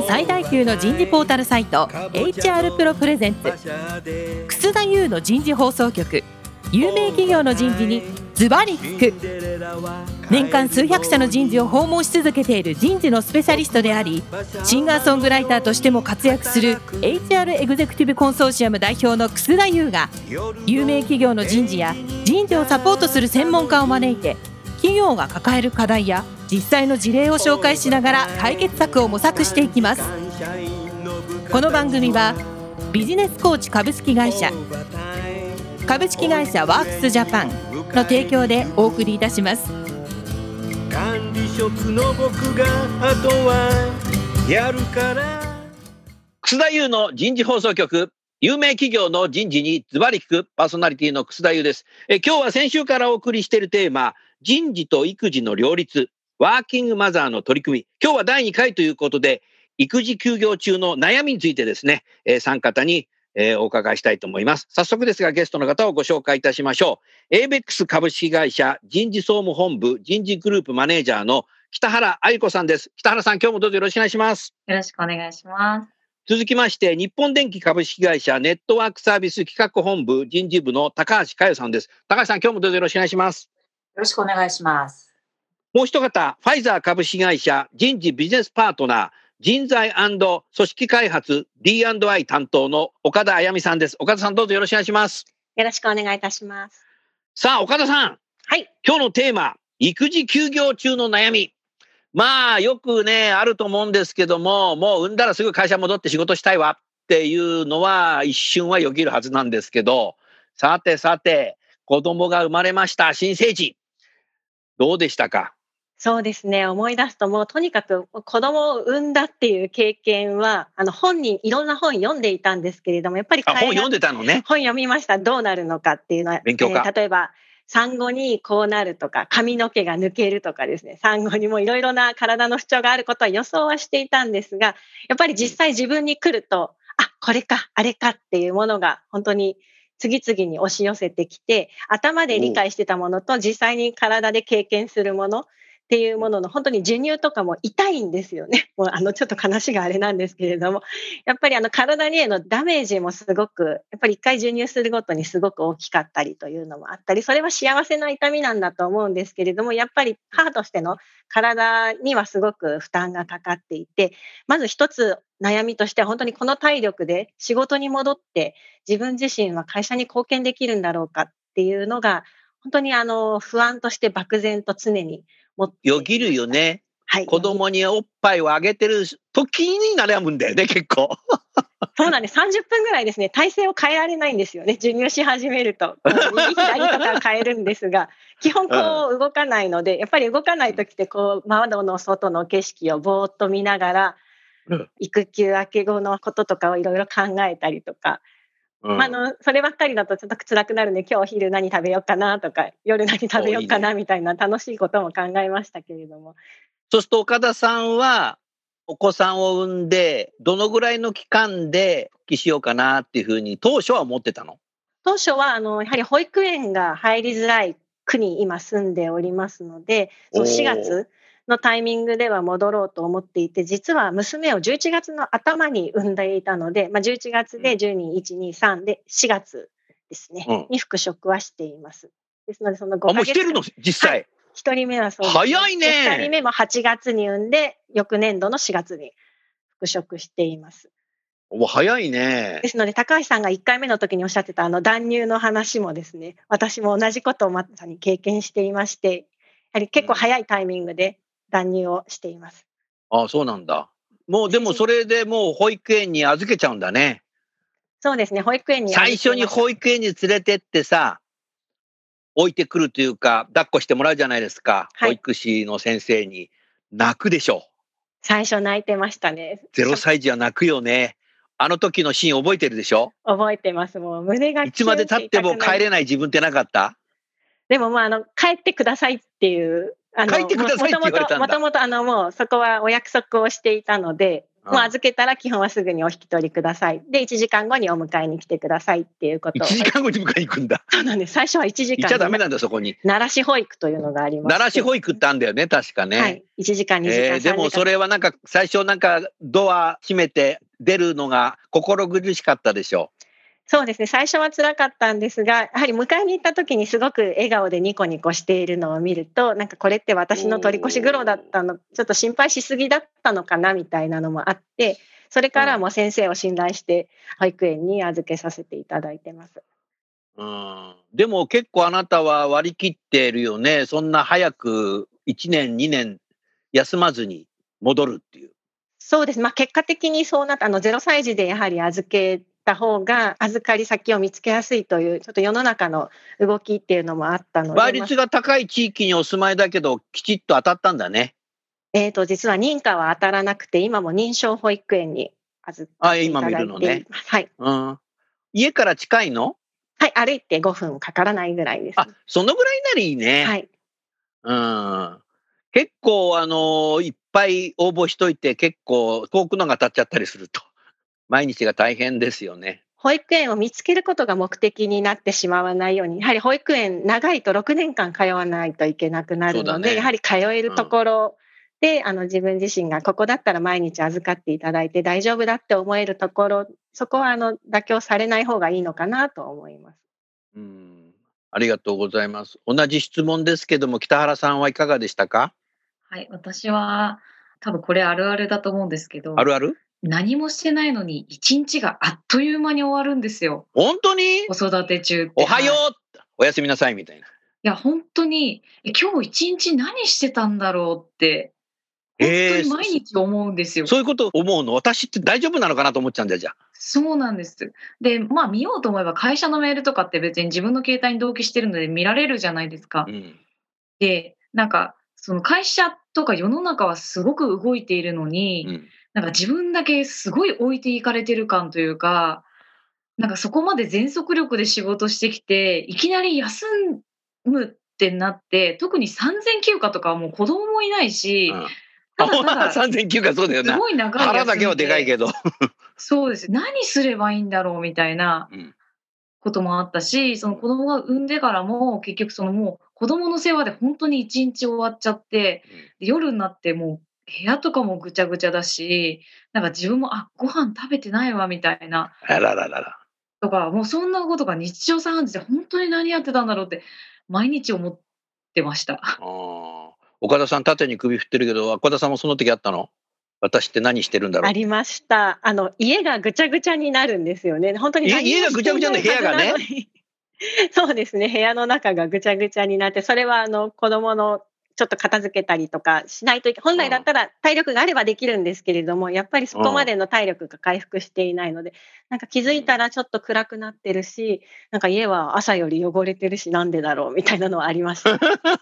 最大級の人事ポータルサイト HR プロプレゼンツ楠田優の人事放送局。有名企業の人事にズバリ聞く。年間数百社の人事を訪問し続けている人事のスペシャリストであり、シンガーソングライターとしても活躍する HR エグゼクティブコンソーシアム代表の楠田優が、有名企業の人事や人事をサポートする専門家を招いて、企業が抱える課題や実際の事例を紹介しながら解決策を模索していきます。この番組はビジネスコーチ株式会社ワークスジャパンの提供でお送りいたします。 管理職の僕があとはやるから。 楠田優の人事放送局。有名企業の人事にズバリ聞くパーソナリティの楠田優です。今日は先週からお送りしているテーマ、人事と育児の両立、ワーキングマザーの取り組み。今日は第2回ということで、育児休業中の悩みについてですね、3方にお伺いしたいと思います。早速ですがゲストの方をご紹介いたしましょう。ABEX 株式会社人事総務本部人事グループマネージャーの北原愛子さんです。北原さん、今日もどうぞよろしくお願いします。 よろしくお願いします。 続きまして日本電機株式会社ネットワークサービス企画本部人事部の高橋佳代さんです。高橋さん、今日もどうぞよろしくお願いします。 よろしくお願いします。 もう一方、ファイザー株式会社人事ビジネスパートナー人材&組織開発 D&I 担当の岡田あやみさんです。岡田さん、どうぞよろしくお願いします。 よろしくお願いいたします。 さあ、岡田さん。 はい。 今日のテーマ、育児休業中の悩み。まあ、よくね、あると思うんですけども、もう産んだらすぐ会社戻って仕事したいわっていうのは一瞬はよぎるはずなんですけど、さて、子供が生まれました。新生児。どうでしたか？ そうですね、思い出すともうとにかく子供を産んだっていう経験は本人いろんな本読んでいたんですけれども、やっぱり本読んでたのね。 本読みました。どうなるのかっていうのは、 勉強か。 例えば産後にこうなるとか髪の毛が抜けるとかですね、産後にもいろいろな体の不調があることは予想はしていたんですが、やっぱり実際自分に来ると、これかあれかっていうものが本当に次々に押し寄せてきて、頭で理解してたものと実際に体で経験するものっていうものの本当に授乳とかも痛いんですよね。もうちょっと話があれなんですけれども、やっぱり体にへのダメージもすごく、やっぱり一回授乳するごとにすごく大きかったりというのもあったり、それは幸せな痛みなんだと思うんですけれども、やっぱり母としての体にはすごく負担がかかっていて、まず一つ悩みとしては本当にこの体力で仕事に戻って自分自身は会社に貢献できるんだろうかっていうのが本当に不安として漠然と常によぎるよね。 はい、 子供におっぱいをあげてる時に悩むんだよね、結構。 そうなんです。30分ぐらいですね、体勢を変えられないんですよね。授乳し始めると右左とか変えるんですが、基本動かないので、やっぱり動かない時って窓の外の景色をぼーっと見ながら、育休明け後のこととかをいろいろ考えたりとか、そればっかりだとちょっと辛くなるんで、今日お昼何食べようかなとか夜何食べようかなみたいな楽しいことも考えましたけれども。 そうすると岡田さんはお子さんを産んでどのぐらいの期間で復帰しようかなっていうふうに当初は思ってたの？ 当初はやはり保育園が入りづらい区に今住んでおりますので、その4月のタイミングでは戻ろうと思っていて、実は娘を11月の頭に産んでいたので、11月で10人1、2、3で4月ですね、に復職はしています。ですのでその5ヶ月。 もうしてるの実際？はい、 1人目はそうです。 早いね。 2人目も8月に産んで、翌年度の4月に復職しています。 早いね。 ですので高橋さんが1回目の時におっしゃってた断乳の話もですね、私も同じことをまさに経験していまして、やはり結構早いタイミングで断乳をしています。 そうなんだ。もうでもそれでもう保育園に預けちゃうんだね。 そうですね、保育園に最初に保育園に連れてってさ、置いてくるというか抱っこしてもらうじゃないですか、保育士の先生に。泣くでしょ？ 最初泣いてましたね。 0歳児は泣くよね。あの時のシーン覚えてるでしょ？ 覚えてます。もう胸がいつまで経っても帰れない自分ってなかった？ でも帰ってくださいっていう帰ってくださいって言われたんだ。 もともともうそこはお約束をしていたので、 もう預けたら基本はすぐにお引き取りください。で、1時間後にお迎えに来てくださいっていうことを。 1時間後に迎えに行くんだ。 そうなんです。最初は1時間。 行っちゃダメなんだ、そこに。 慣らし保育というのがあります。 慣らし保育ってあるんだよね、確かね。 はい。1時間、2時間、3時間。 でもそれはなんか、最初なんかドア閉めて出るのが心苦しかったでしょう。 そうですね。最初は辛かったんですが、やはり迎えに行った時にすごく笑顔でニコニコしているのを見ると、なんかこれって私の取り越し苦労だったの、ちょっと心配しすぎだったのかなみたいなのもあって、それからもう先生を信頼して保育園に預けさせていただいてます。 でも結構あなたは割り切っているよね。そんな早く1年、2年休まずに戻るっていう。 そうです。まあ結果的にそうなった、0歳児でやはり預けた方が預かり先を見つけやすいという、ちょっと世の中の動きっていうのもあったので。 倍率が高い地域にお住まいだけど、きちっと当たったんだね。 実は認可は当たらなくて、今も認証保育園に預かっていただいています。 今見るのね。 はい。 家から近いの？ はい、歩いて5分かからないぐらいです。 そのぐらいならいいね。 はい。 結構いっぱい応募しといて、結構遠くのが当たっちゃったりすると、毎日が大変ですよね。 保育園を見つけることが目的になってしまわないように、やはり保育園長いと6年間通わないといけなくなるので、やはり通えるところで、自分自身がここだったら毎日預かっていただいて大丈夫だって思えるところ、そこは妥協されない方がいいのかなと思います。 ありがとうございます。同じ質問ですけども、北原さんはいかがでしたか？ はい、私は多分これあるあるだと思うんですけど、 あるある？ 何もしてないのに一日があっという間に終わるんですよ。 本当に？ 子育て中って。 おはよう、おやすみなさいみたいな。 いや、本当に、今日一日何してたんだろうって、本当に毎日思うんですよ。 そういうこと思うの？私って大丈夫なのかなと思っちゃうんだよ、じゃあ。 そうなんです。で、見ようと思えば会社のメールとかって別に自分の携帯に同期してるので見られるじゃないですか。で、なんか、その会社とか世の中はすごく動いているのに、なんか自分だけすごい置いていかれてる感というか、なんかそこまで全速力で仕事してきて、いきなり休むってなって、特に産前休暇とかはもう子供もいないし、ただただ産前休暇そうだよな。 すごい長い休みで腹だけはでかいけど。 そうです。何すればいいんだろうみたいなこともあったし、その子供が産んでからも結局もう子供の世話で本当に一日終わっちゃって、夜になってもう部屋とかもぐちゃぐちゃだし、なんか自分もご飯食べてないわみたいな。 あらららら。 とか、もうそんなことが日常茶飯事で本当に何やってたんだろうって毎日思ってました。 岡田さん縦に首振ってるけど、岡田さんもその時あったの？私って何してるんだろう？ ありました。家がぐちゃぐちゃになるんですよね。本当に家がぐちゃぐちゃの部屋がね。 そうですね。部屋の中がぐちゃぐちゃになって、それは子供のちょっと片付けたりとかしないと本来だったら体力があればできるんですけれども、やっぱりそこまでの体力が回復していないので、なんか気づいたらちょっと暗くなってるし、なんか家は朝より汚れてるし、なんでだろうみたいなのはありました。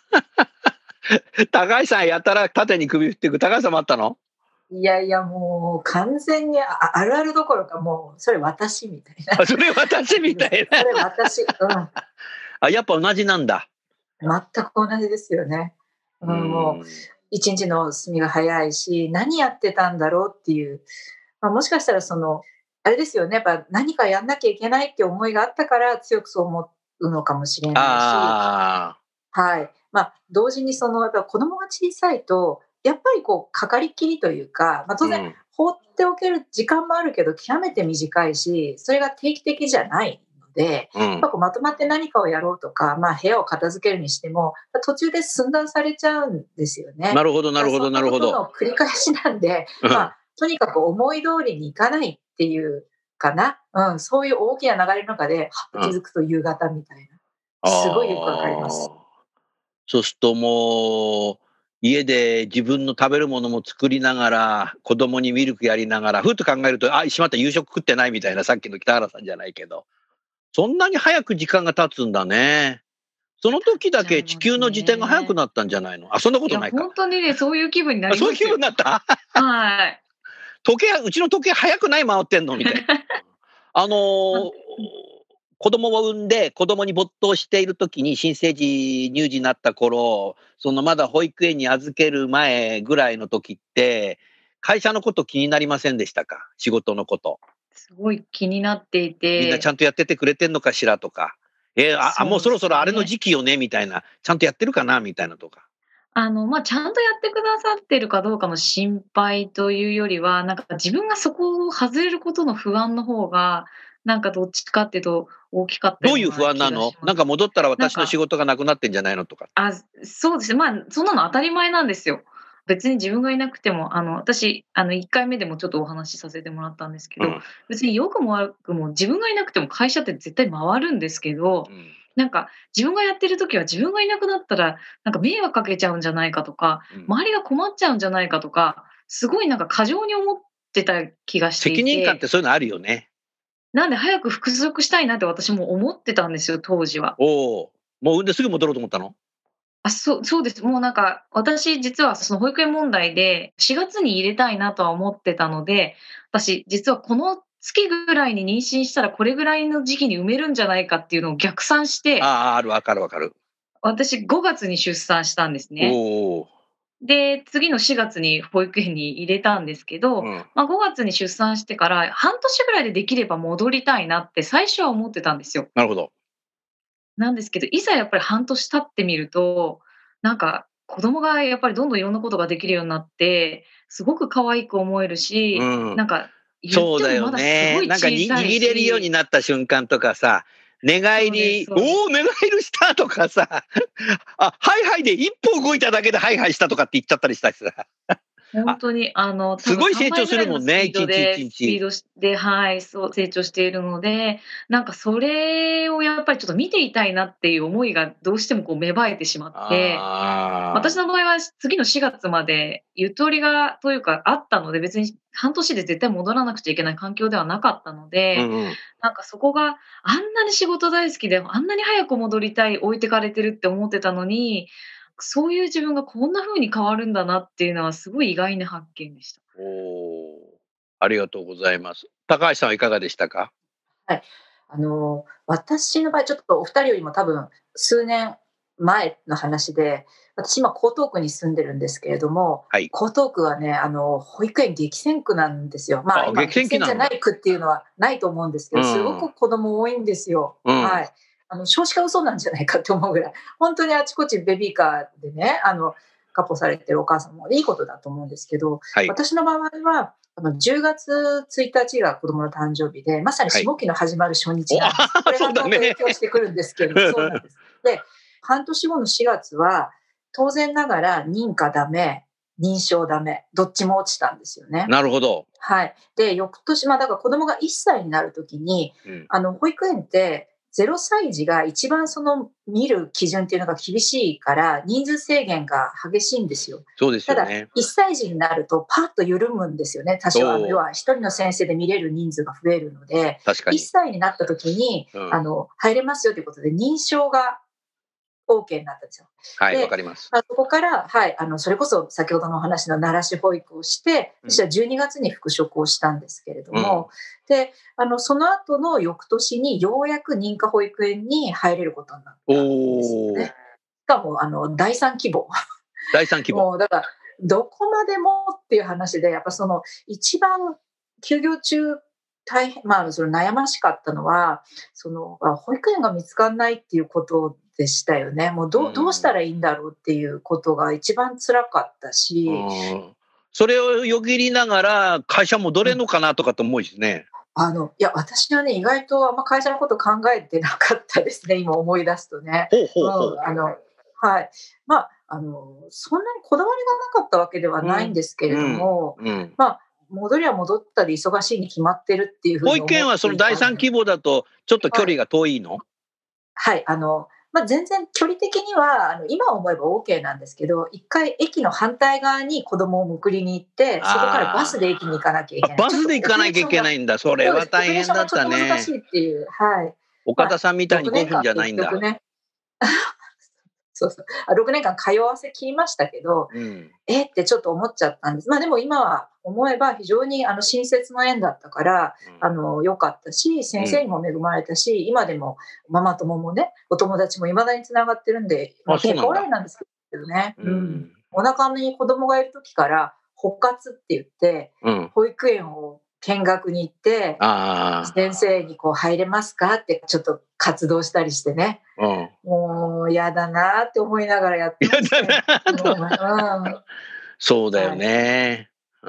高橋さんやったら縦に首振っていく。高橋さんもあったの？ いやいや、もう完全にあるあるどころか、もうそれ私みたいな。 それ私みたいな。 それ私。 やっぱ同じなんだ。 全く同じですよね。もう一日の進みが早いし、何やってたんだろうっていう、もしかしたらあれですよね、やっぱ何かやんなきゃいけないって思いがあったから強くそう思うのかもしれないし、はい。同時にやっぱ子供が小さいと、やっぱりかかりきりというか、当然放っておける時間もあるけど極めて短いし、それが定期的じゃないので、まとまって何かをやろうとか、部屋を片付けるにしても途中で寸断されちゃうんですよね。 なるほどなるほどなるほど。 その繰り返しなんで、とにかく思い通りにいかないっていうかな、そういう大きな流れの中で気づくと夕方みたいな、すごいよくわかります。 そうするともう家で自分の食べるものも作りながら、子供にミルクやりながら、ふっと考えると、しまった夕食食ってないみたいな、さっきの北原さんじゃないけど、そんなに早く時間が経つんだね。その時だけ地球の自転が早くなったんじゃないの？そんなことないか。 本当にね、そういう気分になりますよ。 そういう気分になった？ はい。 うちの時計早くない回ってんのみたいな。子供を産んで子供に没頭している時に新生児乳児になった頃、まだ保育園に預ける前ぐらいの時って会社のこと気になりませんでしたか？仕事のこと。 すごい気になっていて。 みんなちゃんとやっててくれてんのかしらとか。もうそろそろあれの時期よねみたいな。ちゃんとやってるかなみたいなとか。 ちゃんとやってくださってるかどうかの心配というよりは、なんか自分がそこを外れることの不安の方が、なんかどっちかっていうと大きかったどういう不安なの？なんか戻ったら私の仕事がなくなってんじゃないのとか。 そうですね。そんなの当たり前なんですよ。別に自分がいなくても、私、1回目でもちょっとお話しさせてもらったんですけど、別に良くも悪くも自分がいなくても会社って絶対回るんですけど、なんか自分がやってる時は自分がいなくなったら、なんか迷惑かけちゃうんじゃないかとか、周りが困っちゃうんじゃないかとか、すごいなんか過剰に思ってた気がしていて。 責任感ってそういうのあるよね。 なんで早く復職したいなって私も思ってたんですよ、当時は。 もう産んですぐ戻ろうと思ったの？ そうです。もうなんか、私実はその保育園問題で4月に入れたいなとは思ってたので、私実はこの月ぐらいに妊娠したらこれぐらいの時期に産めるんじゃないかっていうのを逆算して、 わかる。 私5月に出産したんですね。で、次の4月に保育園に入れたんですけど、5月に出産してから半年ぐらいでできれば戻りたいなって最初は思ってたんですよ。 なるほど。 なんですけど、いざやっぱり半年経ってみると、なんか子供がやっぱりどんどんいろんなことができるようになって、すごく可愛く思えるし、なんかそうだよね。なんか握れるようになった瞬間とかさ、寝返り、寝返りしたとかさ、ハイハイで一歩動いただけでハイハイしたとかって言っちゃったりしたしさ。 本当にすごい成長するもんね、 一日スピードで、そう成長しているので、なんかそれをやっぱりちょっと見ていたいなっていう思いがどうしてもこう芽生えてしまって、私の場合は次の4月までゆとりがというかあったので、別に半年で絶対戻らなくちゃいけない環境ではなかったので、なんかそこがあんなに仕事大好きで、あんなに早く戻りたい、置いてかれてるって思ってたのに、そういう自分がこんな風に変わるんだなっていうのはすごい意外な発見でした。 ありがとうございます。高橋さんはいかがでしたか？ はい。私の場合ちょっとお二人よりも多分数年前の話で、私今江東区に住んでるんですけれども、江東区はね、保育園激戦区なんですよ。今激戦じゃない区っていうのはないと思うんですけど、すごく子供多いんですよ。はい。少子化嘘なんじゃないかって思うぐらい、本当にあちこちベビーカーでね、カポされてるお母さんもいいことだと思うんですけど、私の場合は、10月1日が子供の誕生日で、まさに下期の始まる初日なんです。これが影響してくるんですけど、そうなんです。で、半年後の4月は、当然ながら認可ダメ、認証ダメ、どっちも落ちたんですよね。 なるほど。 はい。で、翌年、だから子供が1歳になるときに、保育園って、0歳児が一番見る基準っていうのが厳しいから、人数制限が激しいんですよ。 そうですよね。 ただ、1歳児になるとパッと緩むんですよね。多少、要は1人の先生で見れる人数が増えるので、1歳になった時に、入れますよということで、認証がOK になったんですよ。 はい、わかります。 そこから、それこそ先ほどのお話の慣らし保育をして、そしたら12月に復職をしたんですけれども、で、その後の翌年にようやく認可保育園に入れることになったんですよね。しかも、第3規模。 第3規模。 もう、だから、どこまでもっていう話で、やっぱ一番休業中、大変、悩ましかったのは、保育園が見つからないっていうことでしたよね。もうどうしたらいいんだろうっていうことが一番辛かったし。 それをよぎりながら会社戻れるのかなとかと思うしね。 いや、私はね、意外とあんま会社のこと考えてなかったですね、今思い出すとね。はい。そんなにこだわりがなかったわけではないんですけれども、戻りは戻ったり忙しいに決まってるっていうふうに思っていた。 保育園はその第3規模だとちょっと距離が遠いの？ はい。全然距離的には、今思えば OK なんですけど、一回駅の反対側に子供を送りに行って、そこからバスで駅に行かなきゃいけない。 バスで行かなきゃいけないんだ。それは大変だったね。 難しいっていう。はい。 岡田さんみたいに5分じゃないんだ。 そう。6年間通わせきりましたけど、ってちょっと思っちゃったんです。でも今は思えば非常に親切な縁だったから、良かったし、先生にも恵まれたし、今でもママ友もね、お友達も未だにつながってるんで、結構なんですけどね。お腹に子供がいる時から、 保活って言って、保育園を見学に行って、先生にこう入れますかってちょっと活動したりしてね。もう嫌だなって思いながらやってましたよ。 そうだよね。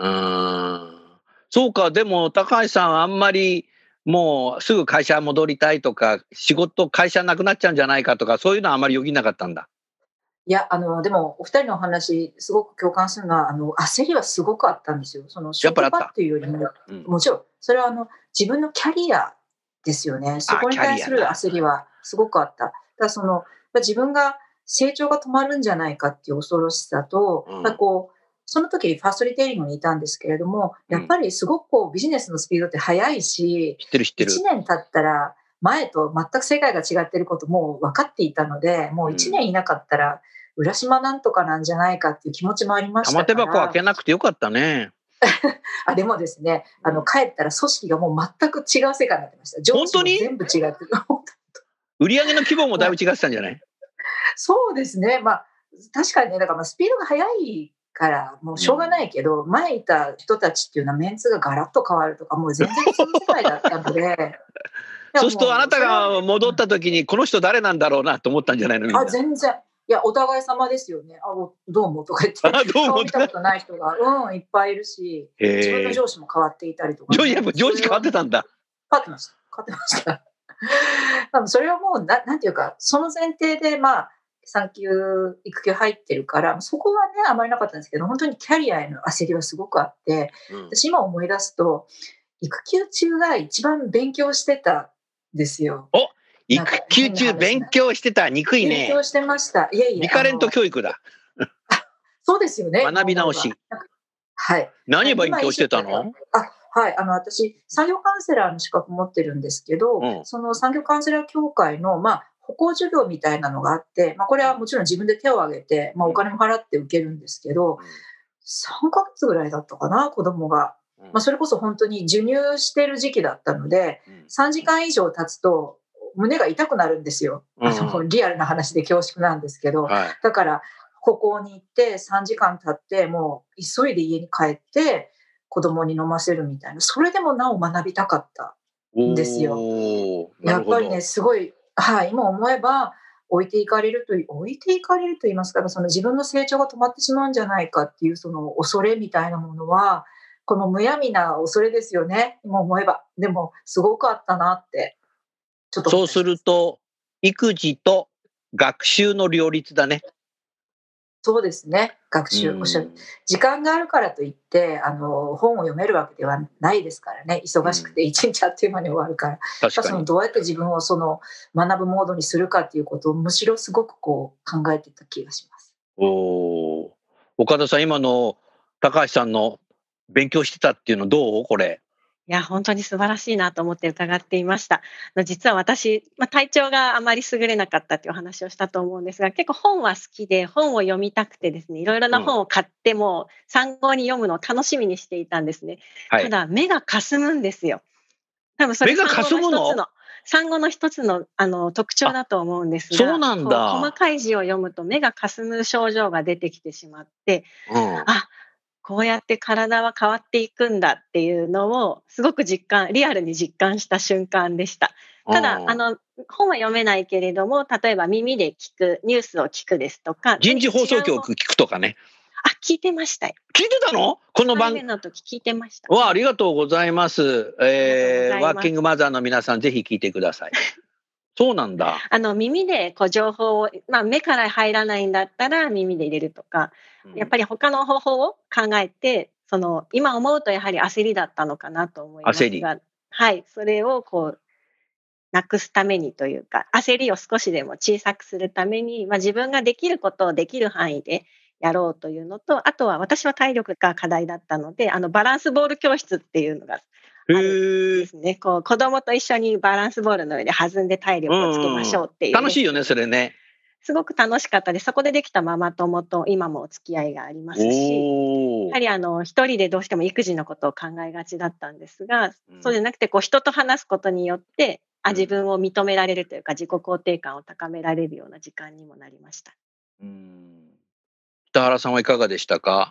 そうか、でも高橋さんあんまりもうすぐ会社戻りたいとか、会社なくなっちゃうんじゃないかとか、そういうのはあんまりよぎんなかったんだ。 いや、でもお二人のお話すごく共感するのは、焦りはすごくあったんですよ。その職場っていうよりも、もちろんそれは自分のキャリアですよね。そこに対する焦りはすごくあった。だから自分が成長が止まるんじゃないかっていう恐ろしさと、その時ファーストリテイリングにいたんですけれども、やっぱりすごくビジネスのスピードって速いし、 知ってる。 1年経ったら前と全く世界が違っていることも分かっていたので、もう1年いなかったら浦島なんとかなんじゃないかっていう気持ちもありましたから。 玉手箱開けなくてよかったね。 でもですね、帰ったら組織がもう全く違う世界になってました。 本当に全部違って売上の規模もだいぶ違ってたんじゃない？ そうですね。確かにね、だからスピードが速いからもうしょうがないけど、前いた人たちっていうのはメンツがガラッと変わるとか、もう全然別の世界だったのでそうするとあなたが戻った時にこの人誰なんだろうなと思ったんじゃないの？みんな。 全然。いや、お互い様ですよね。どうもとか言って、顔見たことない人が、いっぱいいるし、自分の上司も変わっていたりとか、 上司変わってたんだ。 変わってました。多分それはもうなんていうか、その前提で産休育休入ってるから、そこはねあまりなかったんですけど、本当にキャリアへの焦りはすごくあって、私今思い出すと育休中が一番勉強してたんですよ。 育休中勉強してた。憎いね。 勉強してました。いやリカレント教育だ。 そうですよね。 学び直し。 はい。 何勉強してたの？ はい。私産業カウンセラーの資格持ってるんですけど、その産業カウンセラー協会の歩行授業みたいなのがあって、これはもちろん自分で手を挙げて、お金も払って受けるんですけど、3ヶ月ぐらいだったかな、子供が。それこそ本当に授乳してる時期だったので、3時間以上経つと胸が痛くなるんですよ。リアルな話で恐縮なんですけど、だからここに行って3時間経ってもう急いで家に帰って子供に飲ませるみたいな、それでもなお学びたかったんですよ。やっぱりね、すごい、今思えば置いていかれると言いますか、その自分の成長が止まってしまうんじゃないかっていうその恐れみたいなものは、このむやみな恐れですよね。今思えば。でもすごくあったなってちょっと。 そうすると育児と学習の両立だね。 そうですね。学習、おっしゃる。時間があるからといって本を読めるわけではないですからね。忙しくて一日あっという間に終わるから。 確かに。 どうやって自分をその学ぶモードにするかっていうことをむしろすごく考えてた気がします。 岡田さん、今の高橋さんの勉強してたっていうのどう？これ。 いや、本当に素晴らしいなと思って伺っていました。実は私、体調があまり優れなかったっていうお話をしたと思うんですが、結構本は好きで、本を読みたくてですね、いろいろな本を買っても、産後に読むのを楽しみにしていたんですね。ただ、目が霞むんですよ。多分それ目が霞むの？ 産後の一つの特徴だと思うんですが、 そうなんだ。 細かい字を読むと目が霞む症状が出てきてしまって、こうやって体は変わっていくんだっていうのをすごくリアルに実感した瞬間でした。ただ本は読めないけれども、例えば耳で聞く、ニュースを聞くですとか、 人事放送局聞くとかね。 聞いてましたよ。 聞いてたの？この番組の時聞いてました。 ありがとうございます。ワーキングマザーの皆さん、ぜひ聞いてください。そうなんだ。 耳で情報を、目から入らないんだったら耳で入れるとか、やっぱり他の方法を考えて、今思うとやはり焦りだったのかなと思いますが、それをなくすためにというか、焦りを少しでも小さくするために、自分ができることをできる範囲でやろうというのと、あとは私は体力が課題だったので、バランスボール教室っていうのがあるんですね。子供と一緒にバランスボールの上で弾んで体力をつけましょうっていう、 楽しいよね、それね。 すごく楽しかったです。そこでできたママ友と今もお付き合いがありますし、やはり一人でどうしても育児のことを考えがちだったんですが、そうじゃなくて人と話すことによって自分を認められるというか、自己肯定感を高められるような時間にもなりました。 北原さんはいかがでしたか？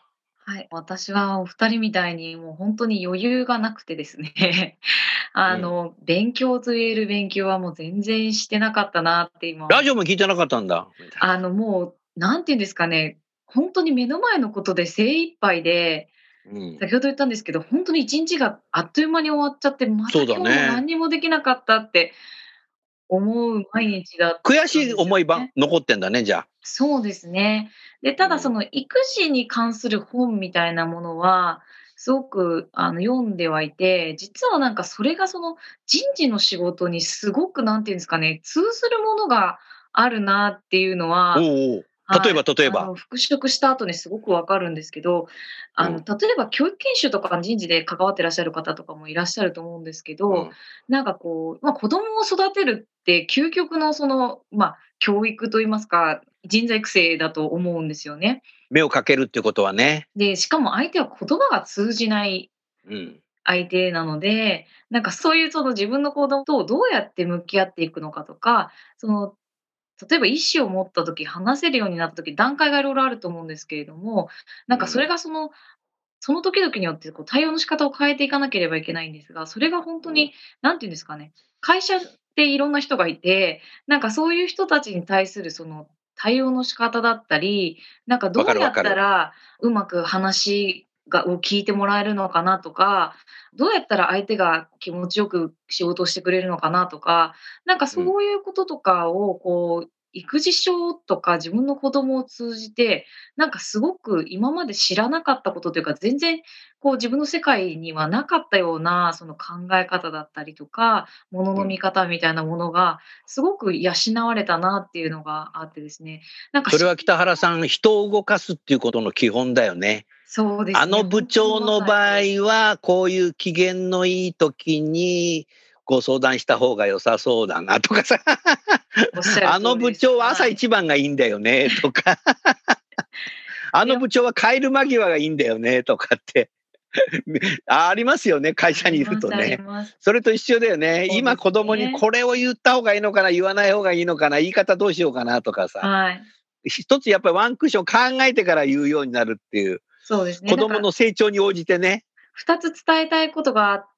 はい、私はお二人みたいにもう本当に余裕がなくてですね、勉強と言える勉強はもう全然してなかったなって今、 ラジオも聞いてなかったんだ。みたいもう、なんていうんですかね、本当に目の前のことで精一杯で、 な。うん。 先ほど言ったんですけど、本当に1日があっという間に終わっちゃって、またそうだ今日もね。 何にもできなかったって思う毎日だったん悔しい思いですよね。 残ってんだね、じゃあ。 そうですね。で、ただそうん。 の育児に関する本みたいなものは、すごく読んではいて、実はなんかそれがその人事の仕事にすごくなんていうんですかね、通ずるものがあるなっていうのは、 おうおう。例えはい。 ば例えば。 復職した後にすごくわかるんですけど、 うん。 例えば教育研修とか人事で関わってらっしゃる方とかもいらっしゃると思うんですけど、 うん。 なんかこう、子供を育てるって究極のその、教育といいますか、人材育成だと思うんですよね。 目をかけるってことはね。 で、しかも相手は言葉が通じないうん。 相手なので、なんかそういうその自分の子供とどうやって向き合っていくのかとか、その例えば意思を持った時、話せるようになった時、段階がいろいろあると思うんですけれども、なんかそれうん。 がその時々によってこう対応の仕方を変えていかなければいけないんですが、それが本当うん。 に何て言うんですかね、会社っていろんな人がいて、なんかそういう人たちに対するその対応の仕方だったり、なんかわどうやっかるわかる。 たらうまく話を聞いてもらえるのかなとか、どうやったら相手が気持ちよく仕事をしてくれるのかなとか、なんかうん。 そういうこととかをこう育児書とか自分の子供を通じて、なんかすごく今まで知らなかったことというか、全然こう自分の世界にはなかったようなその考え方だったりとか、ものうん。 の見方みたいなものがすごく養われたなっていうのがあってですね。なんかそれは北原さん、人を動かすっていうことの基本だよね。 そうですね、 あの部本当に長のまさに場合は、こういう機嫌のいい時にご相談した方が良さそうだなとかさ、 おっしゃるあの通りです。 部長は朝はい。 一番がいいんだよねとか、あいや、 の部長は帰る間際がいいんだよねとかってありますよね、会あ社にいるりますありとね。 ます。 それと一緒だよね。 そうです今子供にね。 これを言った方がいいのかな、言わない方がいいのかな、言い方どうしようかなとかさ。 はい。 一つやっぱりワンクッション考えてから言うようになるっていう、 そうですね。 子供の成長に応じてね。 2つ伝えたいことがあって、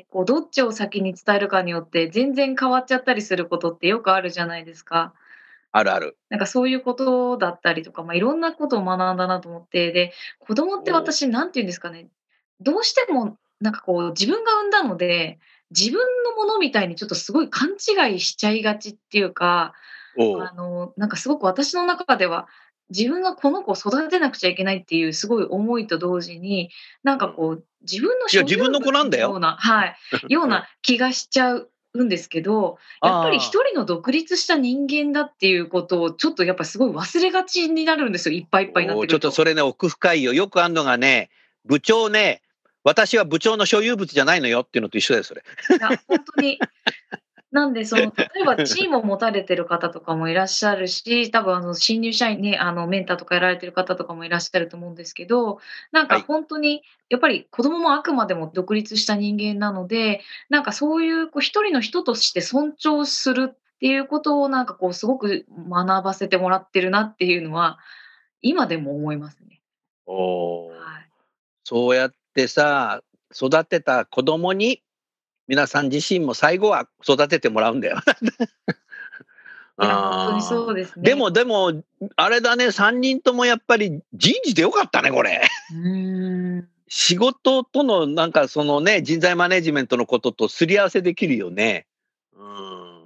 こうどっちを先に伝えるかによって全然変わっちゃったりすることってよくあるじゃないですか。 あるある。 なんかそういうことだったりとか、いろんなことを学んだなと思って、で、子供っておう私何て言うんですかね、どうしてもなんかこう自分が産んだので、自分のものみたいにちょっとすごい勘違いしちゃいがちっていうか、 おう。 なんかすごく私の中では、自分がこの子を育てなくちゃいけないっていうすごい思いと同時に、なんうん。 かこう、自分のいや、 所有自分の子なんだよ。 物のようなはい、よううん。 な気がしちゃうんですけど、やっぱりああ。 一人の独立した人間だっていうことをちょっとやっぱすごい忘れがちになるんですよ、いっぱいいっぱいになっおお、ちょってくると。 とそれね、奥深いよ。よくあんのがね、部長ね、私は部長の所有物じゃないのよっていうのと一緒だよ、それ。 いや、ほんとになんで、例えばチームを持たれてる方とかもいらっしゃるし、多分新入社員ね、メンターとかやられてる方とかもいらっしゃると思うんですけど、なんかはい。 ほんとにやっぱり子供もあくまでも独立した人間なので、なんかそういうこう一人の人として尊重するっていうことをなんかこうすごく学ばせてもらってるなっていうのは、今でも思いますね。 おお。 はい。 そうやってさ、育てた子供に、皆さん自身も最後は育ててもらうんだよ。 いや、ほんとにああ。 そうですね。 でも、あれだね、3人ともやっぱり人事でよかったね、これ。 うーん。 仕事とのなんかそのね、人材マネジメントのこととすり合わせできるよね。うん。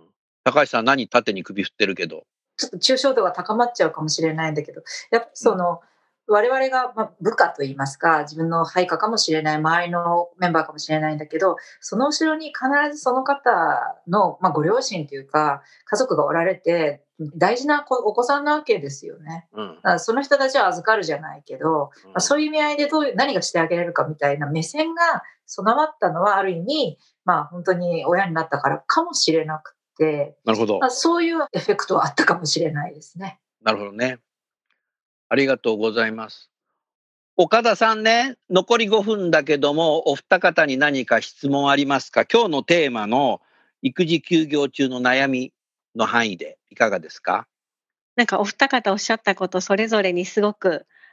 高橋さん何縦に首振ってるけど。 ちょっと抽象度が高まっちゃうかもしれないんだけど、やっぱりうん。 我々が、部下といいますか、自分の配下かもしれない、周りのメンバーかもしれないんだけど、その後ろに必ずその方の、ご両親というか、家族がおられて、大事なお子さんなわけですよね。 うん。 だからその人たちは預かるじゃないけど、 うん。 そういう意味合いで何がしてあげられるかみたいな目線が備わったのはある意味、本当に親になったからかもしれなくて、 なるほど。 そういうエフェクトはあったかもしれないですね。 なるほどね。ありがとうございます。岡田さんね、残り5分だけども、お二方に何か質問ありますか？今日のテーマの育児休業中の悩みの範囲でいかがですか？ なんかお二方おっしゃったことそれぞれにすごく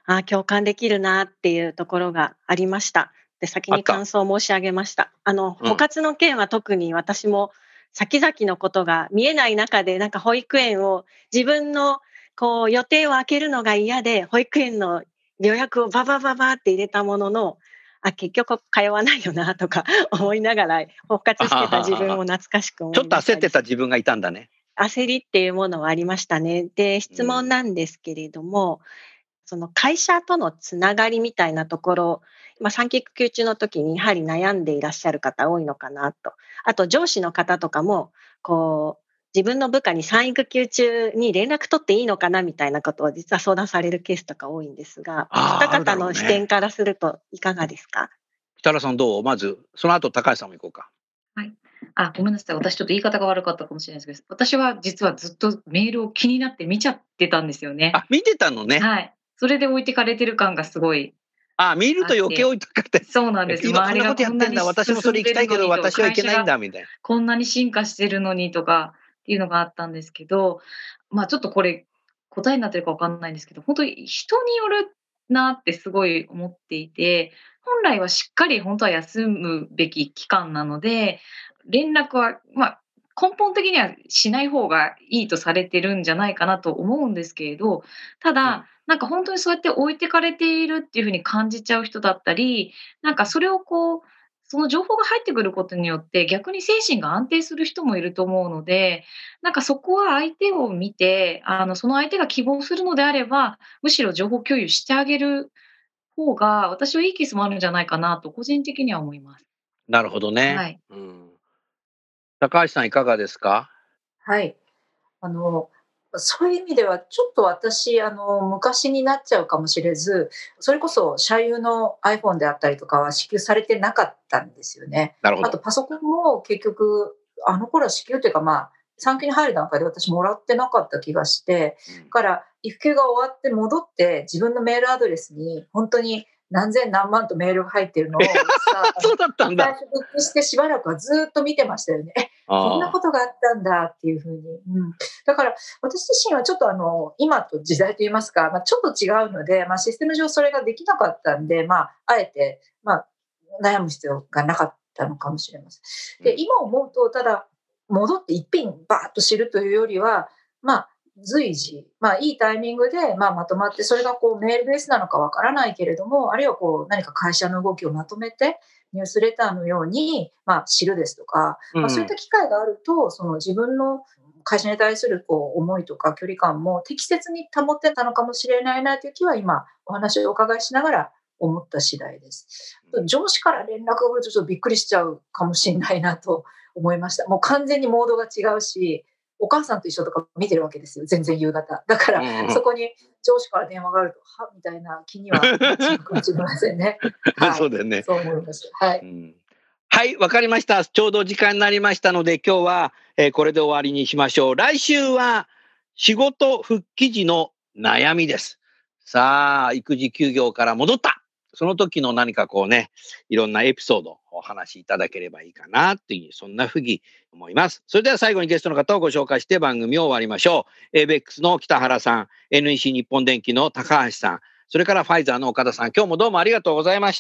共感できるなっていうところがありました。で、先に感想を申し上げました。保活の件は特に私も先々のことが見えない中で、なんか保育園を自分の予定を空けるのが嫌で、保育園の予約をババババって入れたものの、結局通わないよなとか思いながら保活してた自分を懐かしく思いました。 ちょっと焦ってた自分がいたんだね。 焦りっていうものはありましたね。で、質問なんですけれども、その会社とのつながりみたいなところ、産休育休中の時にやはり悩んでいらっしゃる方多いのかなと。あと上司の方とかも、自分の部下に産育休中に連絡取っていいのかなみたいなことを実は相談されるケースとか多いんですが、方々の視点からするといかがですか？ 北原さんどう？まず、その後高橋さんも行こうか。 はい。ごめんなさい。私ちょっと言い方が悪かったかもしれないですけど、私は実はずっとメールを気になって見ちゃってたんですよね。 見てたのね。 はい。それで置いてかれてる感がすごい。 見ると余計置いてかれて。 そうなんです。 今こんなことやってんだ。私もそれ行きたいけど私はいけないんだみたいな。 こんなに進化してるのにとかっていうのがあったんですけど、ちょっとこれ答えになってるかわかんないんですけど、本当に人によるなってすごい思っていて、本来はしっかり本当は休むべき期間なので、連絡は根本的にはしない方がいいとされてるんじゃないかなと思うんですけれど、ただ、なんか本当にそうやって置いてかれているっていうふうに感じちゃう人だったり、なんかそれをその情報が入ってくることによって逆に精神が安定する人もいると思うので、なんかそこは相手を見て、その相手が希望するのであれば、むしろ情報共有してあげる方が私はいいケースもあるんじゃないかなと個人的には思います。 なるほどね。 はい。 高橋さんいかがですか？ はい。そういう意味ではちょっと私昔になっちゃうかもしれず、それこそ社有の iPhone であったりとかは支給されてなかったんですよね。 なるほど。 あとパソコンも結局頃は支給というか産休に入る段階で私もらってなかった気がして、だから育休が終わって戻って自分のメールアドレスに本当に何千何万とメールが入ってるのをそうだったんだ。 最初復帰してしばらくはずっと見てましたよね。こんなことがあったんだっていうふうに。だから私自身はちょっと今と時代といいますか、ちょっと違うので、システム上それができなかったんで、あえて、悩む必要がなかったのかもしれません。で、今思うと、ただ戻って一品バーッと知るというよりは、随時、いいタイミングで、まとまって、それがメールベースなのかわからないけれども、あるいは何か会社の動きをまとめて、ニュースレターのように、知るですとか、そういった機会があると、その自分の会社に対する思いとか距離感も適切に保ってたのかもしれないなという気は今、お話をお伺いしながら思った次第です。上司から連絡が来るとちょっとびっくりしちゃうかもしれないなと思いました。もう完全にモードが違うし、お母さんと一緒とか見てるわけですよ、全然夕方。だから、そこに上司から電話があると、みたいな気にはなっちゃうかもしれませんね。 そうだよね。 そう思います。はい。 はい、わかりました。ちょうど時間になりましたので、今日は、これで終わりにしましょう。来週は仕事復帰時の悩みです。さあ、育児休業から戻った。その時の何かいろんなエピソードをお話しいただければいいかなっていう、そんなふうに思います。それでは最後にゲストの方をご紹介して番組を終わりましょう。ABEX の北原さん、NEC 日本電機の高橋さん、それからファイザーの岡田さん、今日もどうもありがとうございました。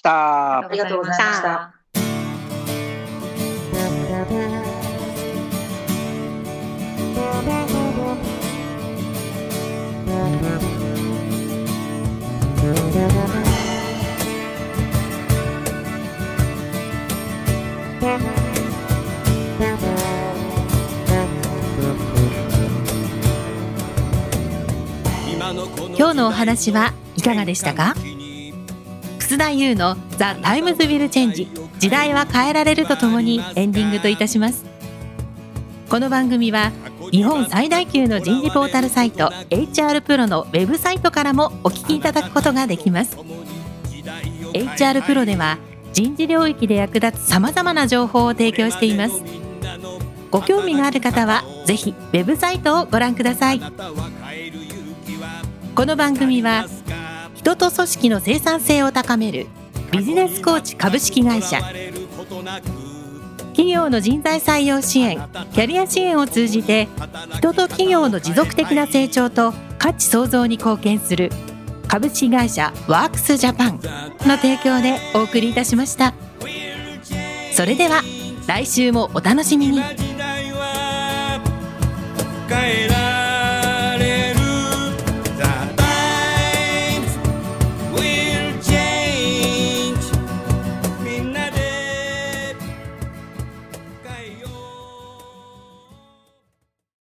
ありがとうございました。 今日のお話はいかがでしたか？楠田優の The Times Will Change 時代は変えられるとともにエンディングといたします。この番組は日本最大級の人事ポータルサイト HR プロのウェブサイトからもお聞きいただくことができます。 HR プロでは人事領域で役立つさまざまな情報を提供しています。ご興味がある方はぜひウェブサイトをご覧ください。この番組は人と組織の生産性を高めるビジネスコーチ株式会社、企業の人材採用支援、キャリア支援を通じて人と企業の持続的な成長と価値創造に貢献する株式会社ワークスジャパンの提供でお送りいたしました。それでは来週もお楽しみに。